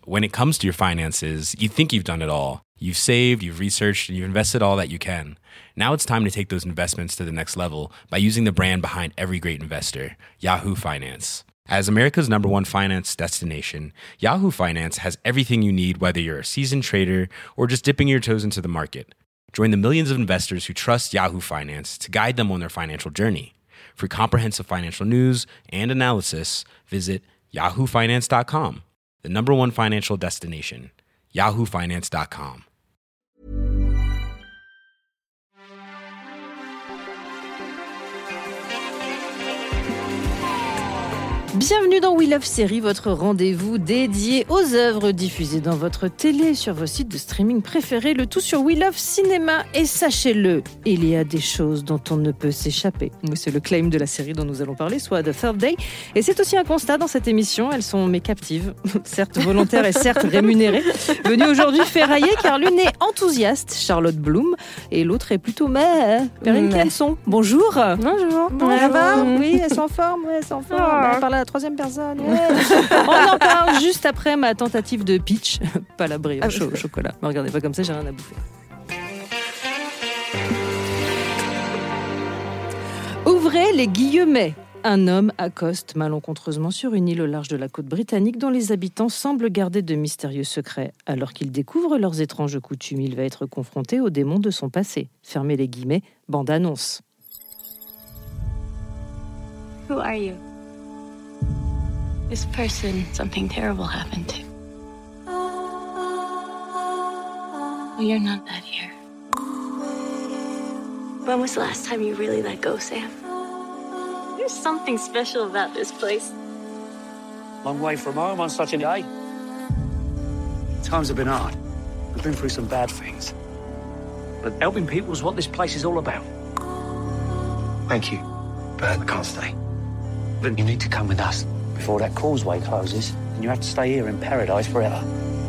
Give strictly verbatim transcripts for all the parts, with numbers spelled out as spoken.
when it comes to your finances, you think you've done it all. You've saved, you've researched, and you've invested all that you can. Now it's time to take those investments to the next level by using the brand behind every great investor, Yahoo Finance. As America's number one finance destination, Yahoo Finance has everything you need, whether you're a seasoned trader or just dipping your toes into the market. Join the millions of investors who trust Yahoo Finance to guide them on their financial journey. For comprehensive financial news and analysis, visit yahoo finance dot com, the number one financial destination, yahoo finance dot com. Bienvenue dans We Love Série, votre rendez-vous dédié aux œuvres diffusées dans votre télé, sur vos sites de streaming préférés, le tout sur We Love Cinéma. Et sachez-le, il y a des choses dont on ne peut s'échapper. C'est le claim de la série dont nous allons parler, soit The Third Day. Et c'est aussi un constat dans cette émission, elles sont mes captives, certes volontaires et certes rémunérées, venues aujourd'hui ferrailler car l'une est enthousiaste, Charlotte Bloom, et l'autre est plutôt mais, Perrine Kenson. Bonjour. Bonjour. Bonjour. Ça va ? Oui, elles sont en forme, oui, elles sont en forme. Ah. Elle parle à la troisième personne. Ouais. On en parle juste après ma tentative de pitch. Pas la brioche au chocolat. Ne regardez pas comme ça, j'ai rien à bouffer. Ouvrez les guillemets. Un homme accoste malencontreusement sur une île au large de la côte britannique dont les habitants semblent garder de mystérieux secrets. Alors qu'il découvre leurs étranges coutumes, il va être confronté aux démons de son passé. Fermez les guillemets, bande-annonce. Who are you? This person, something terrible happened to. Well, you're not that here. When was the last time you really let go, Sam? There's something special about this place. Long way from home on such a day. Times have been hard. We've been through some bad things. But helping people is what this place is all about. Thank you, but I can't stay. But you need to come with us before that causeway closes, and you have to stay here in paradise forever.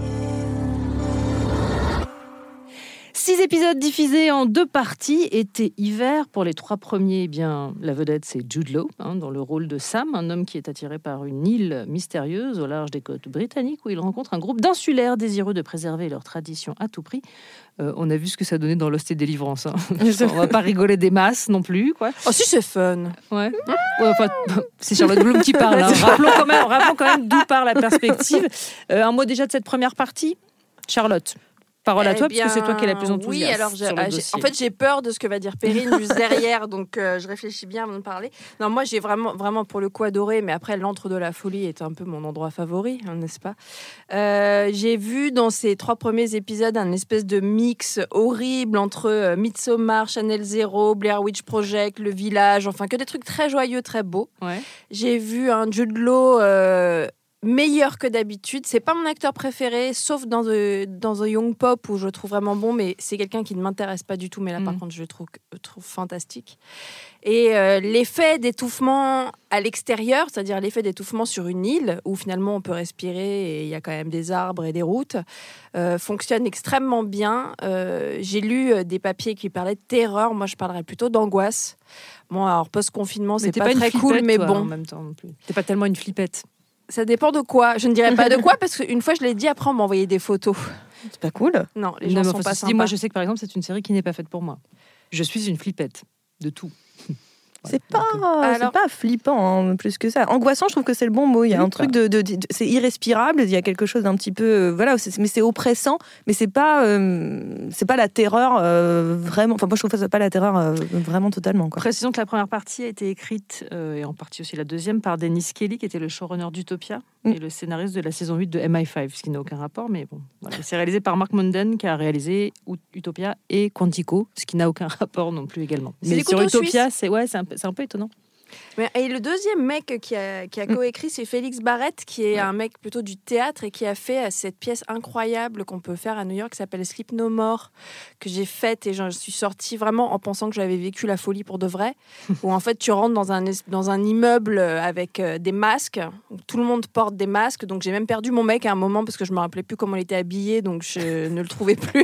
Six épisodes diffusés en deux parties, été-hiver. Pour les trois premiers, eh bien, la vedette, c'est Jude Law, hein, dans le rôle de Sam, un homme qui est attiré par une île mystérieuse au large des côtes britanniques, où il rencontre un groupe d'insulaires désireux de préserver leurs traditions à tout prix. Euh, on a vu ce que ça donnait dans Lost et Délivrance. Hein. On va pas rigoler des masses non plus, quoi. Oh si, c'est fun. Ouais. Ouais, enfin, c'est Charlotte Bloom qui parle. Hein. Rappelons quand même, rappelons quand même d'où part la perspective. Euh, un mot déjà de cette première partie, Charlotte. Parole à toi, eh bien, parce que c'est toi qui es la plus enthousiaste. Oui, alors sur le j'ai, en fait, j'ai peur de ce que va dire Perrine juste derrière, donc euh, je réfléchis bien avant de parler. Non, moi, j'ai vraiment, vraiment pour le coup adoré, mais après, l'Antre de la Folie est un peu mon endroit favori, hein, n'est-ce pas ? euh, J'ai vu dans ces trois premiers épisodes un espèce de mix horrible entre euh, Midsommar, Channel Zero, Blair Witch Project, Le Village, enfin que des trucs très joyeux, très beaux. Ouais. J'ai vu un Jude Law Euh, meilleur que d'habitude. C'est pas mon acteur préféré, sauf dans The, dans The Young Pop où je le trouve vraiment bon, mais c'est quelqu'un qui ne m'intéresse pas du tout, mais là, mmh. par contre, je le trouve, je trouve fantastique. Et euh, l'effet d'étouffement à l'extérieur, c'est-à-dire l'effet d'étouffement sur une île, où finalement on peut respirer et il y a quand même des arbres et des routes, euh, fonctionne extrêmement bien. Euh, j'ai lu des papiers qui parlaient de terreur, moi je parlerais plutôt d'angoisse. Bon, alors post-confinement, c'est pas, pas très cool, mais toi, bon. En même temps non plus. T'es pas tellement une flippette. Ça dépend de quoi. Je ne dirais pas de quoi, parce qu'une fois, je l'ai dit, après, on m'a envoyé des photos. C'est pas cool. Non, les gens ne sont pas sympas. Moi, je sais que, par exemple, c'est une série qui n'est pas faite pour moi. Je suis une flippette de tout. C'est pas, Alors... c'est pas flippant, hein, plus que ça. Angoissant, je trouve que c'est le bon mot. Il y a un truc de, de, de, de c'est irrespirable. Il y a quelque chose d'un petit peu, euh, voilà, c'est, mais c'est oppressant. Mais c'est pas, euh, c'est pas la terreur euh, vraiment. Enfin, moi, je trouve que c'est pas la terreur euh, vraiment totalement. Quoi. Précisons que la première partie a été écrite euh, et en partie aussi la deuxième par Dennis Kelly, qui était le showrunner d'Utopia mm. et le scénariste de la saison huit de M I cinq, ce qui n'a aucun rapport. Mais bon, voilà. C'est réalisé par Mark Munden, qui a réalisé Utopia et Quantico, ce qui n'a aucun rapport non plus également. C'est mais sur Utopia, c'est ouais, c'est un peu, c'est un peu étonnant. Mais, et le deuxième mec qui a, qui a coécrit, c'est Félix Barrett, qui est ouais. un mec plutôt du théâtre et qui a fait cette pièce incroyable qu'on peut faire à New York, qui s'appelle Sleep No More, que j'ai faite et je suis sortie vraiment en pensant que j'avais vécu la folie pour de vrai, où en fait tu rentres dans un, dans un immeuble avec des masques, où tout le monde porte des masques, donc j'ai même perdu mon mec à un moment parce que je me rappelais plus comment il était habillé, donc je ne le trouvais plus.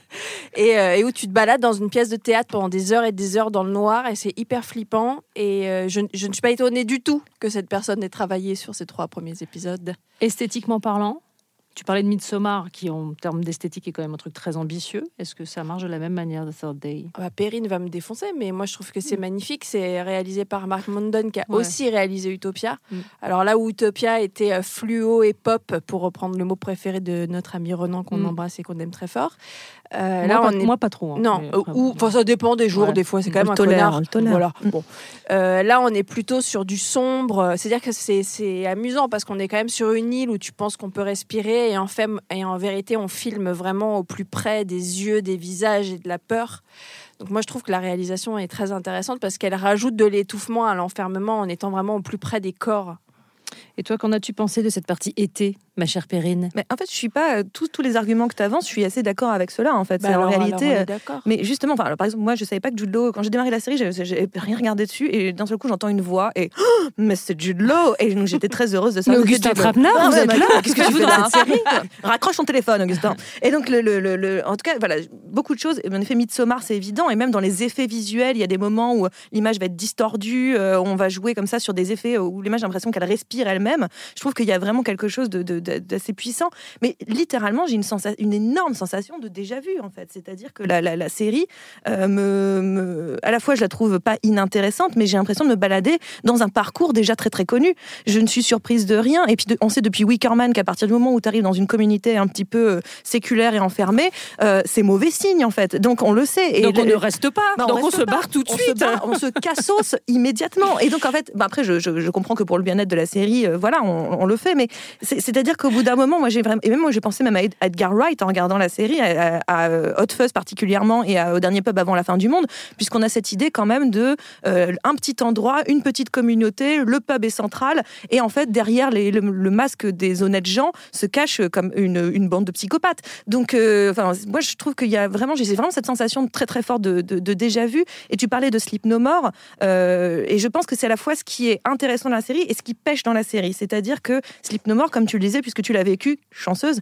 Et, euh, et où tu te balades dans une pièce de théâtre pendant des heures et des heures dans le noir et c'est hyper flippant et euh, je, je ne suis pas étonnée du tout que cette personne ait travaillé sur ces trois premiers épisodes. Esthétiquement parlant, Tu parlais de Midsommar, qui en termes d'esthétique est quand même un truc très ambitieux. Est-ce que ça marche de la même manière, The Third Day? Ah bah, Perrine va me défoncer, mais moi je trouve que c'est mm. magnifique. C'est réalisé par Mark Mondon, qui a ouais. aussi réalisé Utopia. Mm. Alors là où Utopia était euh, fluo et pop, pour reprendre le mot préféré de notre ami Renan, qu'on mm. embrasse et qu'on aime très fort. Euh, moi, là, pas, on est... moi, pas trop. Hein, non, mais, enfin, ou, ça dépend des jours, ouais. des fois, c'est quand même un tolère, connard. Voilà. Mm. Bon. Euh, là, on est plutôt sur du sombre. C'est-à-dire que c'est, c'est amusant parce qu'on est quand même sur une île où tu penses qu'on peut respirer et en, fait, et en vérité, on filme vraiment au plus près des yeux, des visages et de la peur. Donc moi, je trouve que la réalisation est très intéressante parce qu'elle rajoute de l'étouffement à l'enfermement en étant vraiment au plus près des corps. Et toi, qu'en as-tu pensé de cette partie été, ma chère Perrine? Mais en fait, je suis pas tous tous les arguments que tu avances, je suis assez d'accord avec cela. En fait, bah c'est alors, en réalité. Alors on est mais justement, enfin, alors, par exemple, moi, je savais pas que Jude Law. Quand j'ai démarré la série, j'avais, j'avais rien regardé dessus, et d'un seul coup, j'entends une voix et oh, mais c'est Jude Law, et donc j'étais très heureuse de ça. Mais Augustin Trapenard, vous êtes là? Qu'est-ce que tu fais dans cette série? Raccroche ton téléphone, Augustin. Et donc, le, le, le, le, en tout cas, voilà, beaucoup de choses. En effet, Midsommar, c'est évident, et même dans les effets visuels, il y a des moments où l'image va être distordue, euh, on va jouer comme ça sur des effets où l'image a l'impression qu'elle respire elle-même. Je trouve qu'il y a vraiment quelque chose de, de, de, d'assez puissant. Mais littéralement, j'ai une, sensa- une énorme sensation de déjà-vu, en fait. C'est-à-dire que la, la, la série, euh, me, me, à la fois, je la trouve pas inintéressante, mais j'ai l'impression de me balader dans un parcours déjà très, très connu. Je ne suis surprise de rien. Et puis, de, on sait depuis Wickerman qu'à partir du moment où tu arrives dans une communauté un petit peu euh, séculaire et enfermée, euh, c'est mauvais signe, en fait. Donc, on le sait. Et donc, le, on ne reste pas. Bah, donc, on, on se pas. barre tout de on suite. Se barre, on se cassos immédiatement. Et donc, en fait, bah, après, je, je, je comprends que pour le bien-être de la série, euh, voilà, on, on le fait. Mais c'est, c'est-à-dire qu'au bout d'un moment, moi, j'ai vraiment... Et même moi, j'ai pensé même à Edgar Wright en regardant la série, à, à, à Hot Fuzz particulièrement, et à, au dernier pub avant la fin du monde, puisqu'on a cette idée quand même de euh, un petit endroit, une petite communauté, le pub est central, et en fait, derrière les, le, le masque des honnêtes gens se cache comme une, une bande de psychopathes. Donc, euh, moi, je trouve qu'il y a vraiment, j'ai vraiment cette sensation très très forte de, de, de déjà-vu. Et tu parlais de Sleep No More, euh, et je pense que c'est à la fois ce qui est intéressant dans la série et ce qui pêche dans la série. C'est-à-dire que Sleep No More, comme tu le disais, puisque tu l'as vécu, chanceuse,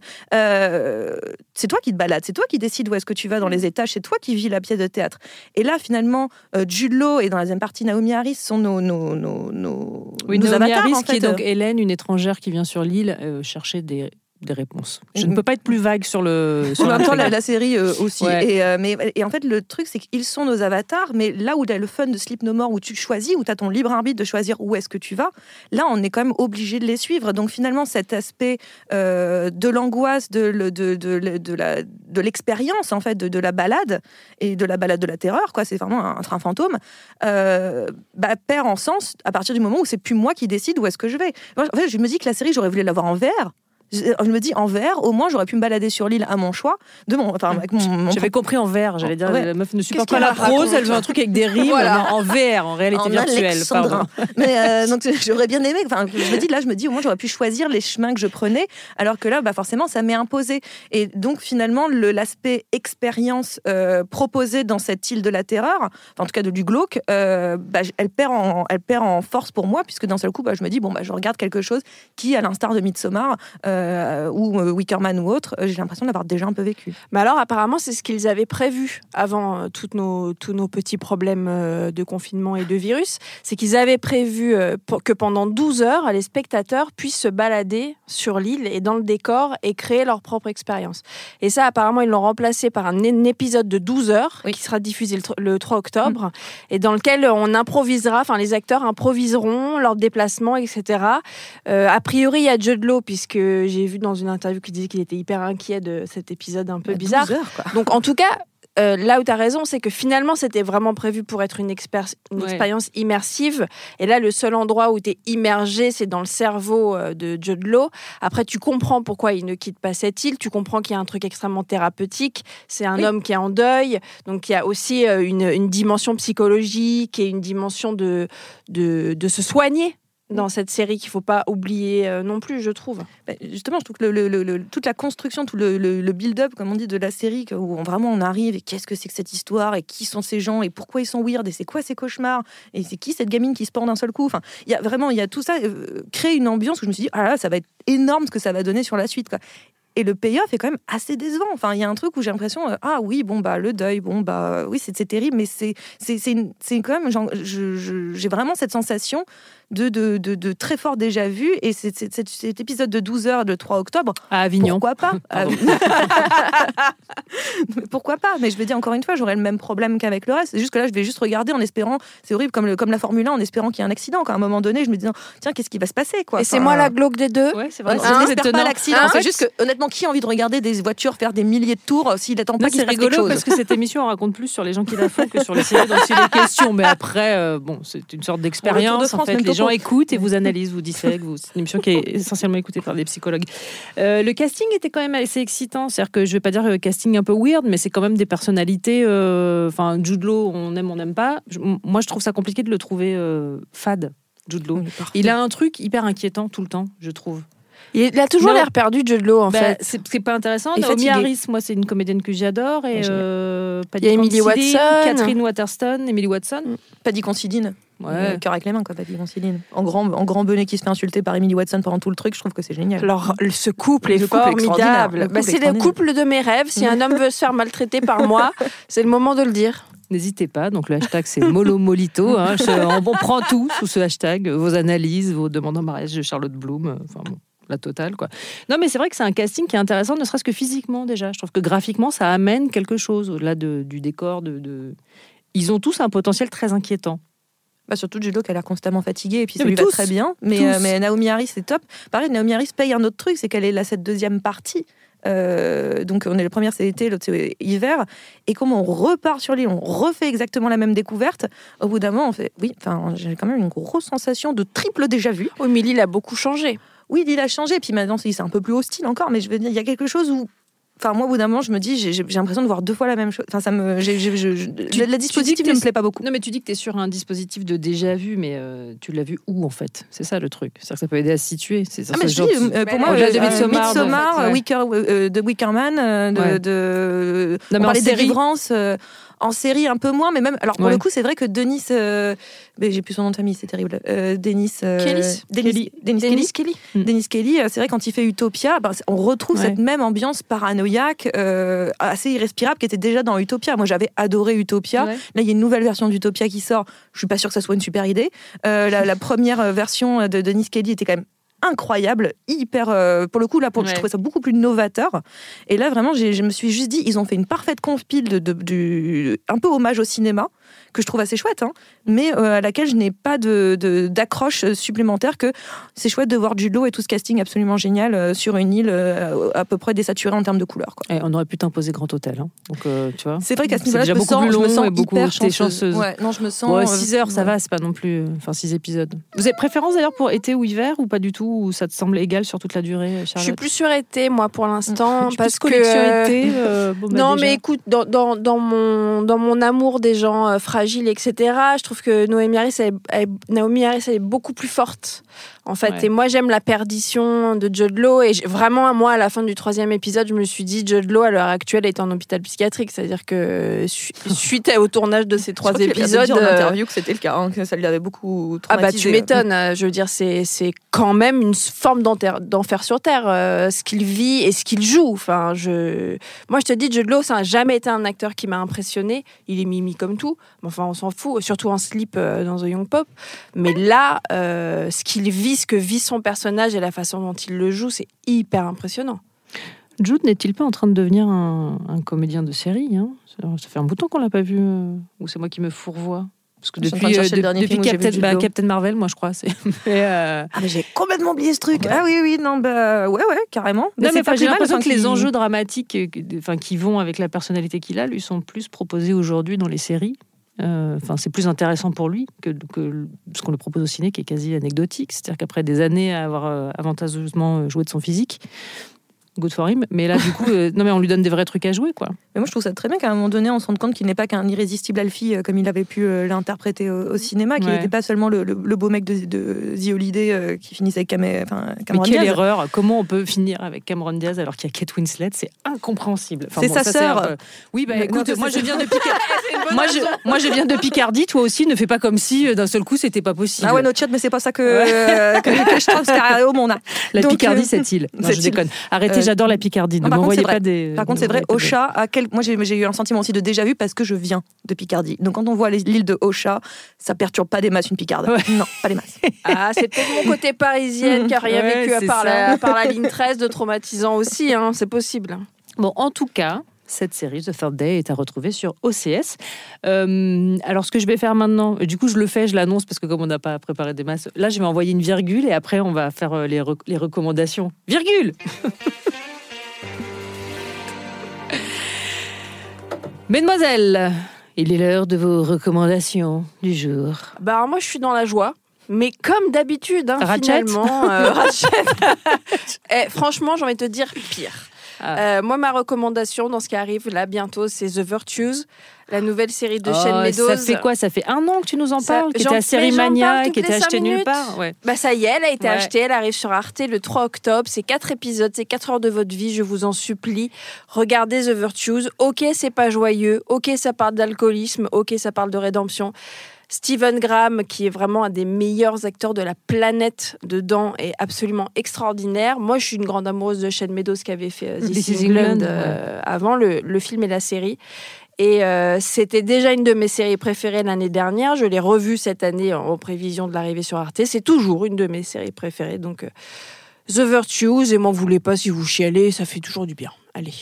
euh, c'est toi qui te balades, c'est toi qui décides où est-ce que tu vas dans les étages, c'est toi qui vis la pièce de théâtre. Et là, finalement, euh, Jude Law et dans la deuxième partie, Naomi Harris sont nos, nos, nos, nos, oui, nos Naomi avatars, Harris, en fait. Qui est donc Hélène, une étrangère qui vient sur l'île euh, chercher des... des réponses. Je mmh. ne peux pas être plus vague sur le. Sur en même temps, la, la série euh, aussi. Ouais. Et, euh, mais, et en fait, le truc, c'est qu'ils sont nos avatars, mais là où tu as le fun de Sleep No More, où tu choisis, où tu as ton libre arbitre de choisir où est-ce que tu vas, là, on est quand même obligé de les suivre. Donc finalement, cet aspect euh, de l'angoisse, de, de, de, de, de, la, de l'expérience, en fait, de, de la balade, et de la balade de la terreur, quoi, c'est vraiment un, un train fantôme, euh, bah, perd en sens à partir du moment où c'est plus moi qui décide où est-ce que je vais. En fait, je me dis que la série, j'aurais voulu l'avoir en vert. Je me dis en vert, au moins j'aurais pu me balader sur l'île à mon choix. De mon, enfin, avec mon, mon... J'avais compris en vert, j'allais dire, ouais. La meuf ne supporte pas la prose, elle veut un truc avec des rimes. Voilà. Non, en vert, en réalité en virtuelle. Pardon. Mais euh, donc j'aurais bien aimé. Enfin, je me dis là, je me dis au moins j'aurais pu choisir les chemins que je prenais, alors que là, bah forcément, ça m'est imposé. Et donc finalement, le, l'aspect expérience euh, proposé dans cette île de la terreur, enfin, en tout cas de du glauque, euh, bah, elle perd en, elle perd en force pour moi, puisque d'un seul coup, bah, je me dis bon bah je regarde quelque chose qui, à l'instar de Midsommar, euh, ou Wickerman ou autre, j'ai l'impression d'avoir déjà un peu vécu. Mais alors apparemment c'est ce qu'ils avaient prévu avant euh, toutes nos, tous nos petits problèmes euh, de confinement et de virus, c'est qu'ils avaient prévu euh, pour, que pendant douze heures les spectateurs puissent se balader sur l'île et dans le décor et créer leur propre expérience. Et ça apparemment ils l'ont remplacé par un, un épisode de douze heures oui. qui sera diffusé le, le trois octobre mmh. et dans lequel on improvisera, enfin les acteurs improviseront leurs déplacements, et cetera. Euh, a priori il y a Jude Law, puisque j'ai vu dans une interview qui disait qu'il était hyper inquiet de cet épisode un peu bizarre. douze heures, quoi. Donc en tout cas, euh, là où tu as raison, c'est que finalement c'était vraiment prévu pour être une, expér- une ouais. expérience immersive. Et là, le seul endroit où tu es immergé, c'est dans le cerveau euh, de Jude Law. Après, tu comprends pourquoi il ne quitte pas cette île. Tu comprends qu'il y a un truc extrêmement thérapeutique. C'est un oui. homme qui est en deuil. Donc il y a aussi euh, une, une dimension psychologique et une dimension de, de, de se soigner dans cette série qu'il ne faut pas oublier euh, non plus, je trouve. Ben justement, je trouve que le, le, le, toute la construction, tout le, le, le build-up, comme on dit, de la série, où on, vraiment on arrive, et qu'est-ce que c'est que cette histoire, et qui sont ces gens, et pourquoi ils sont weird, et c'est quoi ces cauchemars, et c'est qui cette gamine qui se pend d'un seul coup. Enfin, il y a vraiment, il y a tout ça, euh, créer une ambiance où je me suis dit, ah là, ça va être énorme ce que ça va donner sur la suite, quoi. Et le payoff est quand même assez décevant. Enfin, il y a un truc où j'ai l'impression, euh, ah oui, bon bah le deuil, bon bah oui, c'est, c'est terrible, mais c'est c'est c'est, une, c'est quand même, genre, je, je, j'ai vraiment cette sensation de, de, de, de très fort déjà-vu. Et c'est, c'est, c'est, cet épisode de douze heures le trois octobre. À Avignon. Pourquoi pas Pourquoi pas Mais je veux dire, encore une fois, j'aurais le même problème qu'avec le reste. C'est juste que là, je vais juste regarder en espérant, c'est horrible, comme, le, comme la Formule un, en espérant qu'il y ait un accident. Qu'à un moment donné, je me dis, tiens, qu'est-ce qui va se passer quoi. Et enfin, c'est moi la glauque des deux. Ouais, c'est vrai. Hein, je n'espère pas l'accident. Hein, c'est juste que, honnêtement, qui a envie de regarder des voitures faire des milliers de tours s'il attend pas non, qu'il se passe rigolo quelque chose parce que cette émission on raconte plus sur les gens qui la font que sur les séries dont c'est les questions. Mais après, euh, bon, c'est une sorte d'expérience. De France, en fait, les gens écoutent et vous analysent, vous dissèquent. Vous... C'est une émission qui est essentiellement écoutée par des psychologues. Euh, le casting était quand même assez excitant. C'est-à-dire que je vais pas dire casting un peu weird, mais c'est quand même des personnalités. Enfin, euh, Jude Law, on aime, on n'aime pas. Je, moi, je trouve ça compliqué de le trouver euh, fade. Jude Law. Il a un truc hyper inquiétant tout le temps, je trouve. Il a toujours non. l'air perdu, Jude Law, en bah, fait. C'est, c'est pas intéressant. Naomi Harris, moi, c'est une comédienne que j'adore. Et euh, il y a Emily Watson. Catherine Waterston, Emily Watson. Mm. Paddy Considine. Ouais. Cœur avec les mains, quoi, Paddy Considine. En grand, en grand bonnet qui se fait insulter par Emily Watson pendant tout le truc, je trouve que c'est génial. Alors, ce couple est le formidable. Couple bah, c'est le couple de mes rêves. Si un homme veut se faire maltraiter par moi, c'est le moment de le dire. N'hésitez pas, donc le hashtag c'est Molo Molito. Hein. On prend tout sous ce hashtag, vos analyses, vos demandes en mariage de Charlotte Bloom. Enfin bon. La totale, quoi. Non, mais c'est vrai que c'est un casting qui est intéressant, ne serait-ce que physiquement, déjà. Je trouve que graphiquement, ça amène quelque chose, au-delà de, du décor. De, de... Ils ont tous un potentiel très inquiétant. Bah surtout Jude Law qui a l'air constamment fatiguée, et puis ça lui va très bien. Mais, euh, mais Naomi Harris, c'est top. Pareil, Naomi Harris paye un autre truc, c'est qu'elle est là, cette deuxième partie. Euh, donc on est le premier c'est été, l'autre c'est hiver, et comme on repart sur l'île, on refait exactement la même découverte, au bout d'un moment on fait oui, enfin j'ai quand même une grosse sensation de triple déjà vu. Oui, mais l'île a beaucoup changé. Oui, l'île a changé, puis maintenant c'est un peu plus hostile encore, mais je veux dire, il y a quelque chose où, enfin moi au bout d'un moment je me dis, j'ai, j'ai l'impression de voir deux fois la même chose. Enfin ça me, j'ai, j'ai, je, je, tu, le dispositif ne me plaît pas beaucoup. Non mais tu dis que tu es sur un dispositif de déjà vu, mais euh, tu l'as vu où en fait? C'est ça le truc. C'est-à-dire que ça peut aider à se situer. C'est ça, ah mais je genre, dis, euh, pour moi, euh, de Midsommar, Midsommar, en fait, ouais. Wicker, euh, de Wickerman, euh, de, ouais. de, non, on parlait de délivrance. Euh, en série un peu moins, mais même alors pour ouais. le coup c'est vrai que Denis euh, mais j'ai plus son nom de famille, c'est terrible, euh, Denis euh, Kelly Denis, Denis Kelly, Kelly. Mm. Denis Kelly, c'est vrai quand il fait Utopia, ben, on retrouve ouais. cette même ambiance paranoïaque euh, assez irrespirable qui était déjà dans Utopia. Moi j'avais adoré Utopia, ouais. Là il y a une nouvelle version d'Utopia qui sort, je suis pas sûre que ça soit une super idée. euh, la, la première version de Denis Kelly était quand même incroyable, hyper euh, pour le coup là pour, ouais. je trouvais ça beaucoup plus novateur, et là vraiment j'ai, je me suis juste dit ils ont fait une parfaite compile de, de, de, un peu hommage au cinéma que je trouve assez chouette, hein, mais euh, à laquelle je n'ai pas de, de, d'accroche supplémentaire, que c'est chouette de voir Jude Law et tout ce casting absolument génial euh, sur une île euh, à peu près désaturée en termes de couleurs, quoi. Et on aurait pu t'imposer Grand Hôtel, hein. Donc euh, tu vois, c'est vrai qu'à ce niveau-là je me sens, je me sens hyper chanceuse. chanceuse. Ouais, non, je me sens ouais, six heures, ça ouais. va, c'est pas non plus, enfin six épisodes. Vous avez préférence d'ailleurs pour été ou hiver, ou pas du tout, ou ça te semble égal sur toute la durée, Charlotte? Je suis plus sur été, moi, pour l'instant, mmh. parce que euh... été, euh, bon, bah, non, déjà. mais écoute, dans, dans, dans mon dans mon amour des gens euh, fragiles, et cetera, je trouve que Naomi Harris, elle, elle, Naomi Harris, elle est beaucoup plus forte, en fait. Ouais. Et moi, j'aime la perdition de Jude Law, et vraiment, moi, à la fin du troisième épisode, je me suis dit, Jude Law, à l'heure actuelle, est en hôpital psychiatrique, c'est-à-dire que suite au tournage de ces trois épisodes, il a dit en interview que c'était le cas, hein, que ça lui avait beaucoup traumatisé. Ah bah tu m'étonnes, je veux dire, c'est c'est quand même une forme d'enfer sur terre, euh, ce qu'il vit et ce qu'il joue. Enfin, je, moi je te dis, Jude Law, ça n'a jamais été un acteur qui m'a impressionné. Il est mimi comme tout, mais enfin on s'en fout, surtout en slip euh, dans The Young Pop. Mais là, euh, ce qu'il vit, ce que vit son personnage et la façon dont il le joue, c'est hyper impressionnant. Jude n'est-il pas en train de devenir un, un comédien de série, hein? Ça fait un bout de temps qu'on l'a pas vu, euh, ou c'est moi qui me fourvoie? Parce que depuis, euh, de, depuis Captain, bah, Captain Marvel, moi je crois. C'est... mais euh... Ah mais j'ai complètement oublié ce truc. Ouais. Ah oui oui non bah ouais ouais carrément. Mais non, mais c'est j'ai l'impression que qui... les enjeux dramatiques, enfin qui vont avec la personnalité qu'il a, lui sont plus proposés aujourd'hui dans les séries. Enfin, euh, c'est plus intéressant pour lui que, que ce qu'on lui propose au ciné, qui est quasi anecdotique. C'est-à-dire qu'après des années à avoir euh, avantageusement joué de son physique. Good for him, mais là du coup euh, non mais on lui donne des vrais trucs à jouer, quoi. Mais moi je trouve ça très bien qu'à un moment donné on se rende compte qu'il n'est pas qu'un irrésistible Alfie euh, comme il avait pu euh, l'interpréter au, au cinéma, qu'il n'était ouais. pas seulement le, le, le beau mec de, de The Holiday euh, qui finissait avec Cam- enfin, Cameron mais quelle Diaz. Erreur, comment on peut finir avec Cameron Diaz alors qu'il y a Kate Winslet, c'est incompréhensible. Enfin, c'est bon, sa ça, sœur. C'est peu... Oui bah mais écoute, non, moi je viens de Picardie. moi, je, raison. moi je viens de Picardie, toi aussi ne fais pas comme si d'un seul coup c'était pas possible. Ah ouais notre chat, mais c'est pas ça que, euh, que, que je trouve stéréo mon a. La Donc, Picardie euh, cette île. Non, je déconne. Arrêtez si, j'adore la Picardie. Ne non, m'envoyez pas des. Par contre, c'est vrai, Ocha, à quel... moi j'ai, j'ai eu un sentiment aussi de déjà vu parce que je viens de Picardie. Donc quand on voit les, l'île de Ocha, ça perturbe pas des masses une Picarde. Ouais. Non, pas des masses. Ah, c'est peut-être mon côté parisienne qui a rien ouais, vécu à part, la, à part la ligne treize de traumatisant aussi. Hein, c'est possible. Bon, en tout cas. Cette série, The Third Day, est à retrouver sur O C S. Euh, alors, ce que je vais faire maintenant, du coup, je le fais, je l'annonce, parce que comme on n'a pas préparé des masses, là, je vais envoyer une virgule et après, on va faire les, re- les recommandations. Virgule. Mesdemoiselles, il est l'heure de vos recommandations du jour. Bah, alors moi, je suis dans la joie. Mais comme d'habitude, hein, Ratchet. finalement, euh, Ratchet. Et, franchement, j'ai envie de te dire pire. Ah. Euh, moi, ma recommandation dans ce qui arrive là bientôt, c'est The Virtues, la nouvelle série de oh, Shane Meadows. Ça fait quoi? Ça fait un an que tu nous en parles? Qui était à Série Mania, qui était achetée nulle part. Ouais. Bah ça y est, elle a été ouais. achetée, elle arrive sur Arte le trois octobre. C'est quatre épisodes, c'est quatre heures de votre vie, je vous en supplie. Regardez The Virtues. Ok, c'est pas joyeux. Ok, ça parle d'alcoolisme. Ok, ça parle de rédemption. Stephen Graham, qui est vraiment un des meilleurs acteurs de la planète dedans, est absolument extraordinaire. Moi, je suis une grande amoureuse de Shane Meadows qui avait fait euh, This is England euh, ouais. avant le, le film et la série. Et euh, c'était déjà une de mes séries préférées l'année dernière. Je l'ai revue cette année en, en prévision de l'arrivée sur Arte. C'est toujours une de mes séries préférées. Donc, euh, The Virtues, et m'en voulez pas si vous chialez, ça fait toujours du bien. Allez.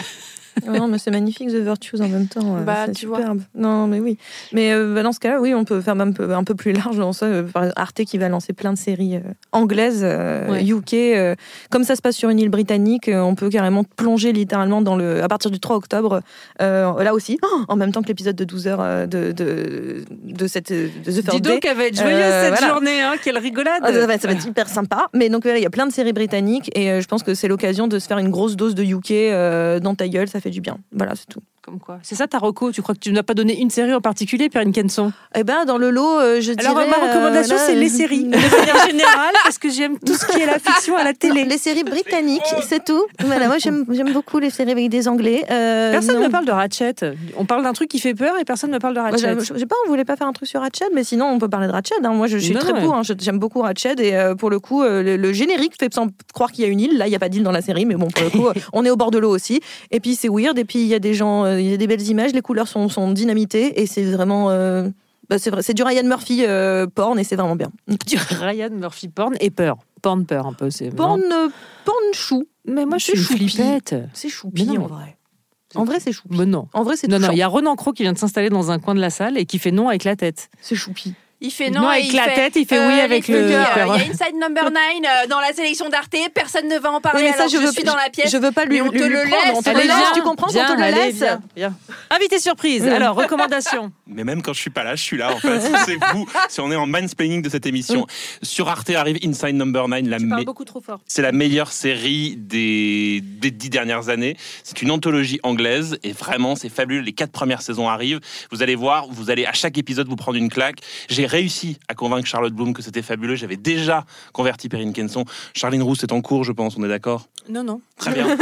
Oh non, mais c'est magnifique The Virtues en même temps. Bah, c'est tu superbe. vois. Non, mais oui. Mais euh, bah, dans ce cas-là, oui, on peut faire un peu, un peu plus large dans ça. Euh, Arte qui va lancer plein de séries euh, anglaises, euh, ouais. U K. Euh, comme ça se passe sur une île britannique, euh, on peut carrément plonger littéralement dans le, à partir du trois octobre. Euh, là aussi, oh, en même temps que l'épisode de douze heures euh, de, de, de, cette, de The Third Day. Dis donc, elle va être joyeuse euh, cette voilà. journée. Hein, quelle rigolade. Oh, ça, va, ça va être hyper sympa. Mais donc, il y a plein de séries britanniques et euh, je pense que c'est l'occasion de se faire une grosse dose de U K euh, dans ta gueule. Ça fait du bien. Voilà, c'est tout. Comme quoi. C'est ça ta reco? Tu crois que tu ne m'as pas donné une série en particulier, Perrine Kenson? Eh ben, dans le lot, euh, je Alors, dirais... Alors, ma recommandation, euh, là, c'est les séries, de manière générale, parce que j'aime tout ce qui est la fiction à la télé. Non, les séries britanniques, c'est tout. Voilà, moi, j'aime, j'aime beaucoup les séries avec des Anglais. Euh, personne ne me parle de Ratchet. On parle d'un truc qui fait peur et personne ne me parle de Ratchet. Moi, je sais pas, on voulait pas faire un truc sur Ratchet, mais sinon, on peut parler de Ratchet. Hein. Moi, je, je suis non, très ouais. pour. Hein. J'aime beaucoup Ratchet et euh, pour le coup, euh, le, le générique fait croire qu'il y a une île. Là, il n'y a pas d'île dans la série, mais bon, pour le coup, on est au bord de l'eau aussi. Et puis, c'est weird. Et puis, il y a des gens, il euh, y a des belles images. Les couleurs sont, sont dynamitées et c'est vraiment euh, bah c'est vrai, c'est du Ryan Murphy euh, porn et c'est vraiment bien. Du Ryan Murphy porn et peur, porn peur un peu, c'est porn euh, porn chou. Mais moi je suis une flippette. C'est choupi non, en vrai. C'est en vrai c'est choupi. Mais non. En vrai c'est non non, il y a Renan Cros qui vient de s'installer dans un coin de la salle et qui fait non avec la tête. C'est choupi. Il fait non, non avec il la fait, tête, il fait euh, oui avec le. Il y a Inside Number nine euh, dans la sélection d'Arte, personne ne va en parler. Oui, ça, alors je, je veux, suis dans la pièce. Je veux pas lui. On lui, te lui le prendre, laisse. On te le laisse. Tu comprends qu'on te le allez, laisse. Viens, viens. Invité surprise. Alors recommandation. Mais même quand je suis pas là, je suis là. En fait, c'est vous. Si on est en mansplaining de cette émission, sur Arte arrive Inside Number nine. La tu parles me... beaucoup trop fort. C'est la meilleure série des des dix dernières années. C'est une anthologie anglaise et vraiment c'est fabuleux. Les quatre premières saisons arrivent. Vous allez voir, vous allez à chaque épisode vous prendre une claque. J'ai réussi à convaincre Charlotte Bloom que c'était fabuleux. J'avais déjà converti Perrine Kenson. Charline Roux, c'est en cours, je pense. On est d'accord? Non, non. Très bien.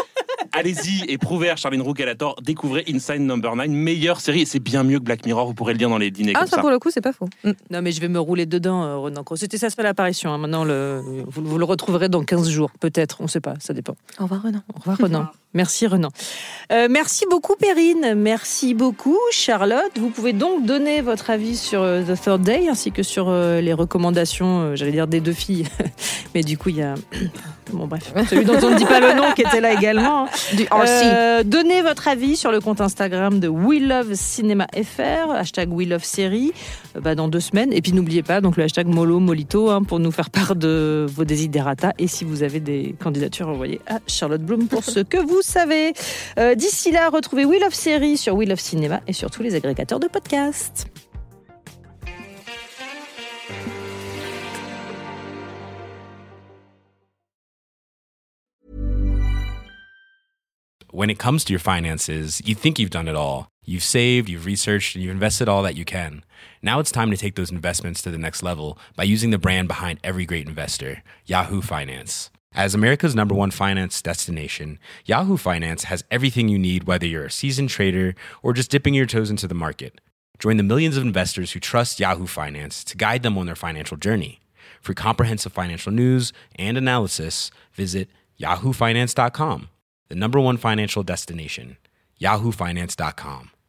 Allez-y et prouvez à Charline Roux qu'elle a tort. Découvrez Inside Number nine, meilleure série. Et c'est bien mieux que Black Mirror. Vous pourrez le dire dans les dîners ah, comme ça. Ah, ça pour le coup, c'est pas faux. Mm. Non, mais je vais me rouler dedans, euh, Renan Cros. C'était sa seule apparition. Hein. Maintenant, le... vous, vous le retrouverez dans quinze jours. Peut-être, on ne sait pas. Ça dépend. Au revoir, Renan. Au revoir, Renan. Merci Renan. Euh, merci beaucoup Perrine, merci beaucoup Charlotte. Vous pouvez donc donner votre avis sur euh, The Third Day ainsi que sur euh, les recommandations, euh, j'allais dire des deux filles, mais du coup il y a, bon bref, celui dont on ne dit pas le nom qui était là également. Du R C. Euh, donnez votre avis sur le compte Instagram de We Love Cinéma F R, hashtag We Love Série, euh, bah, dans deux semaines. Et puis n'oubliez pas donc le hashtag Molo Molito hein, pour nous faire part de vos desiderata et si vous avez des candidatures envoyées à Charlotte Bloom pour ce que vous savez. Euh, d'ici là, retrouvez We Love Série sur We Love Cinéma et sur tous les agrégateurs de podcasts. When it comes to your finances, you think you've done it all. You've saved, you've researched, and you've invested all that you can. Now it's time to take those investments to the next level by using the brand behind every great investor, Yahoo Finance. As America's number one finance destination, Yahoo Finance has everything you need, whether you're a seasoned trader or just dipping your toes into the market. Join the millions of investors who trust Yahoo Finance to guide them on their financial journey. For comprehensive financial news and analysis, visit yahoo finance dot com, the number one financial destination, yahoo finance dot com.